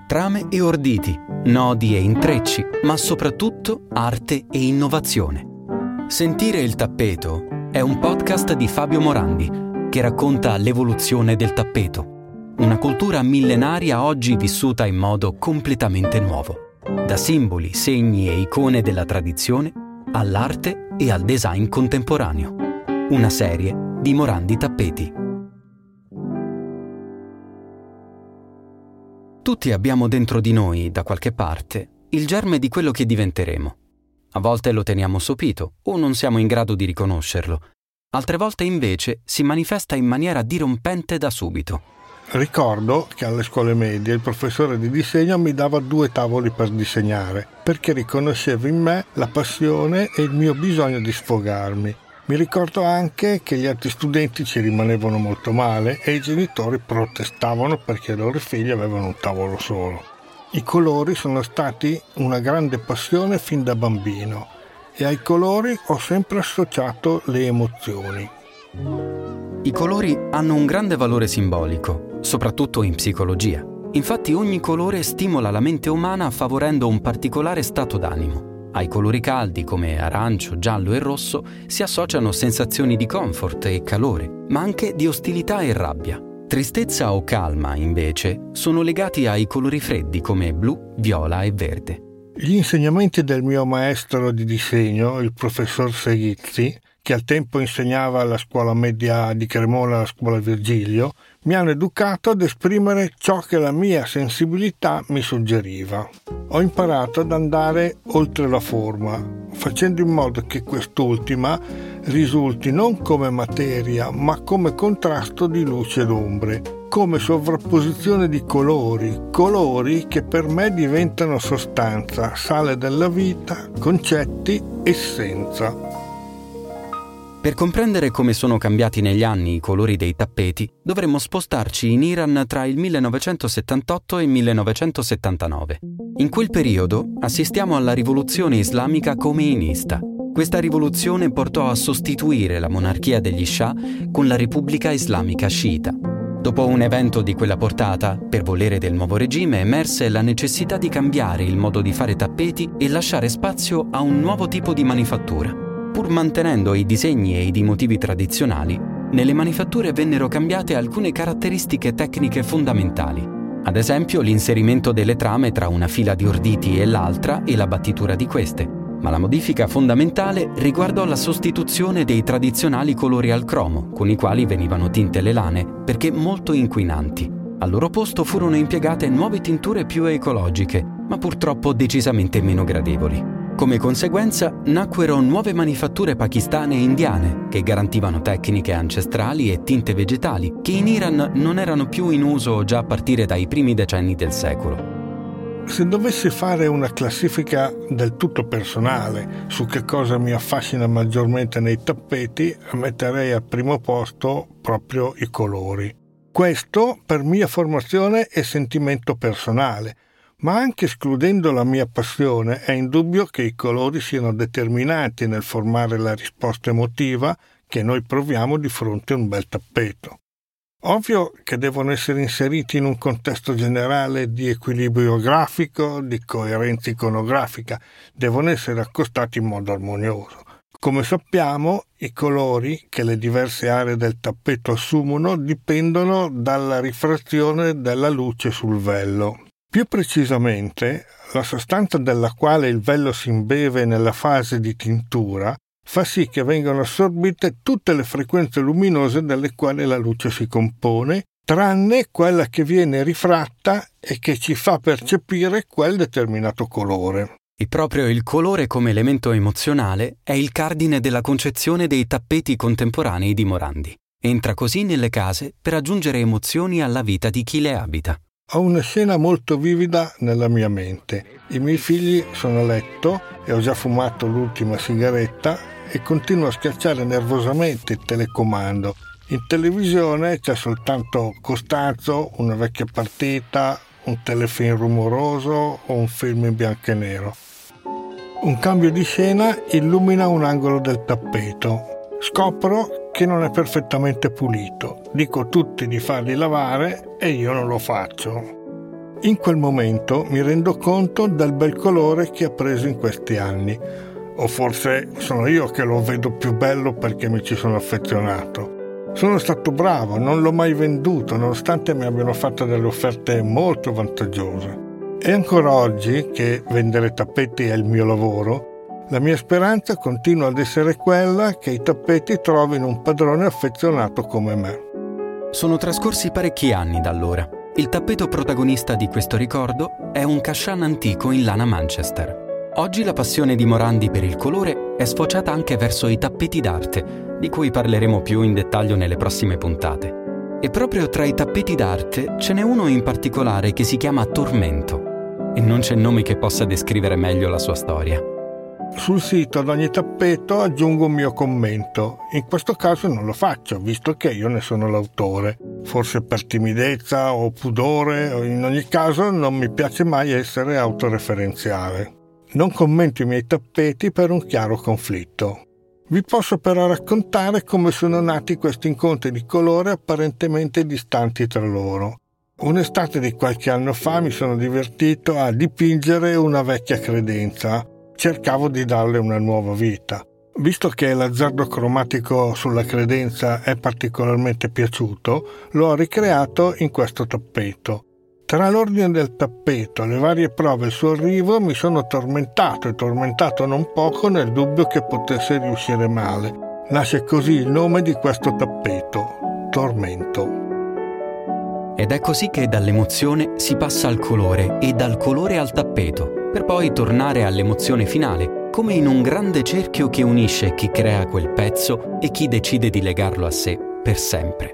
Trame e orditi, nodi e intrecci, ma soprattutto arte e innovazione. Sentire il tappeto è un podcast di Fabio Morandi che racconta l'evoluzione del tappeto, una cultura millenaria oggi vissuta in modo completamente nuovo, da simboli, segni e icone della tradizione all'arte e al design contemporaneo. Una serie di Morandi Tappeti. Tutti abbiamo dentro di noi, da qualche parte, il germe di quello che diventeremo. A volte lo teniamo sopito o non siamo in grado di riconoscerlo. Altre volte invece si manifesta in maniera dirompente da subito. Ricordo che alle scuole medie il professore di disegno mi dava 2 tavoli per disegnare, perché riconosceva in me la passione e il mio bisogno di sfogarmi. Mi ricordo anche che gli altri studenti ci rimanevano molto male e i genitori protestavano perché i loro figli avevano un tavolo solo. I colori sono stati una grande passione fin da bambino e ai colori ho sempre associato le emozioni. I colori hanno un grande valore simbolico, soprattutto in psicologia. Infatti ogni colore stimola la mente umana favorendo un particolare stato d'animo. Ai colori caldi come arancio, giallo e rosso si associano sensazioni di comfort e calore, ma anche di ostilità e rabbia. Tristezza o calma, invece, sono legati ai colori freddi come blu, viola e verde. Gli insegnamenti del mio maestro di disegno, il professor Seghizzi, che al tempo insegnava alla scuola media di Cremona e alla scuola Virgilio, mi hanno educato ad esprimere ciò che la mia sensibilità mi suggeriva. Ho imparato ad andare oltre la forma, facendo in modo che quest'ultima risulti non come materia, ma come contrasto di luce ed ombre, come sovrapposizione di colori che per me diventano sostanza, sale della vita, concetti, essenza. Per comprendere come sono cambiati negli anni i colori dei tappeti, dovremmo spostarci in Iran tra il 1978 e il 1979. In quel periodo assistiamo alla rivoluzione islamica khomeinista. Questa rivoluzione portò a sostituire la monarchia degli Shah con la Repubblica Islamica Sciita. Dopo un evento di quella portata, per volere del nuovo regime emerse la necessità di cambiare il modo di fare tappeti e lasciare spazio a un nuovo tipo di manifattura. Pur mantenendo i disegni e i motivi tradizionali, nelle manifatture vennero cambiate alcune caratteristiche tecniche fondamentali. Ad esempio l'inserimento delle trame tra una fila di orditi e l'altra e la battitura di queste. Ma la modifica fondamentale riguardò la sostituzione dei tradizionali colori al cromo, con i quali venivano tinte le lane, perché molto inquinanti. Al loro posto furono impiegate nuove tinture più ecologiche, ma purtroppo decisamente meno gradevoli. Come conseguenza, nacquero nuove manifatture pakistane e indiane che garantivano tecniche ancestrali e tinte vegetali che in Iran non erano più in uso già a partire dai primi decenni del secolo. Se dovessi fare una classifica del tutto personale su che cosa mi affascina maggiormente nei tappeti, metterei al primo posto proprio i colori. Questo per mia formazione e sentimento personale. Ma anche escludendo la mia passione, è indubbio che i colori siano determinanti nel formare la risposta emotiva che noi proviamo di fronte a un bel tappeto. Ovvio che devono essere inseriti in un contesto generale di equilibrio grafico, di coerenza iconografica, devono essere accostati in modo armonioso. Come sappiamo, i colori che le diverse aree del tappeto assumono dipendono dalla rifrazione della luce sul vello. Più precisamente, la sostanza della quale il vello si imbeve nella fase di tintura fa sì che vengano assorbite tutte le frequenze luminose delle quali la luce si compone, tranne quella che viene rifratta e che ci fa percepire quel determinato colore. E proprio il colore come elemento emozionale è il cardine della concezione dei tappeti contemporanei di Morandi. Entra così nelle case per aggiungere emozioni alla vita di chi le abita. Ho una scena molto vivida nella mia mente. I miei figli sono a letto e ho già fumato l'ultima sigaretta e continuo a schiacciare nervosamente il telecomando. In televisione c'è soltanto Costanzo, una vecchia partita, un telefilm rumoroso o un film in bianco e nero. Un cambio di scena illumina un angolo del tappeto. Scopro che non è perfettamente pulito. Dico a tutti di farli lavare e io non lo faccio. In quel momento mi rendo conto del bel colore che ha preso in questi anni, o forse sono io che lo vedo più bello perché mi ci sono affezionato. Sono stato bravo, non l'ho mai venduto, nonostante mi abbiano fatto delle offerte molto vantaggiose. E ancora oggi, che vendere tappeti è il mio lavoro, la mia speranza continua ad essere quella che i tappeti trovino un padrone affezionato come me. Sono trascorsi parecchi anni da allora. Il tappeto protagonista di questo ricordo è un Kashan antico in lana Manchester. Oggi la passione di Morandi per il colore è sfociata anche verso i tappeti d'arte, di cui parleremo più in dettaglio nelle prossime puntate. E proprio tra i tappeti d'arte ce n'è uno in particolare che si chiama Tormento, e non c'è nome che possa descrivere meglio la sua storia. Sul sito ad ogni tappeto aggiungo un mio commento. In questo caso non lo faccio, visto che io ne sono l'autore. Forse per timidezza o pudore, o in ogni caso non mi piace mai essere autoreferenziale. Non commento i miei tappeti per un chiaro conflitto. Vi posso però raccontare come sono nati questi incontri di colore apparentemente distanti tra loro. Un'estate di qualche anno fa mi sono divertito a dipingere una vecchia credenza. Cercavo di darle una nuova vita. Visto che l'azzardo cromatico sulla credenza è particolarmente piaciuto, l'ho ricreato in questo tappeto. Tra l'ordine del tappeto e le varie prove al suo arrivo mi sono tormentato non poco nel dubbio che potesse riuscire male. Nasce così il nome di questo tappeto, Tormento. Ed è così che dall'emozione si passa al colore e dal colore al tappeto, per poi tornare all'emozione finale, come in un grande cerchio che unisce chi crea quel pezzo e chi decide di legarlo a sé per sempre.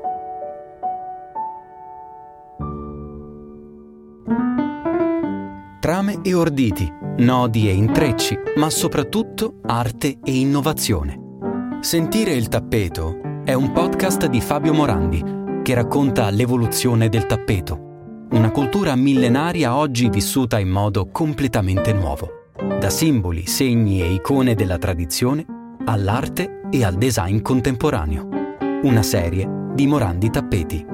Trame e orditi, nodi e intrecci, ma soprattutto arte e innovazione. Sentire il tappeto è un podcast di Fabio Morandi che racconta l'evoluzione del tappeto, una cultura millenaria oggi vissuta in modo completamente nuovo, da simboli, segni e icone della tradizione all'arte e al design contemporaneo. Una serie di Morandi Tappeti.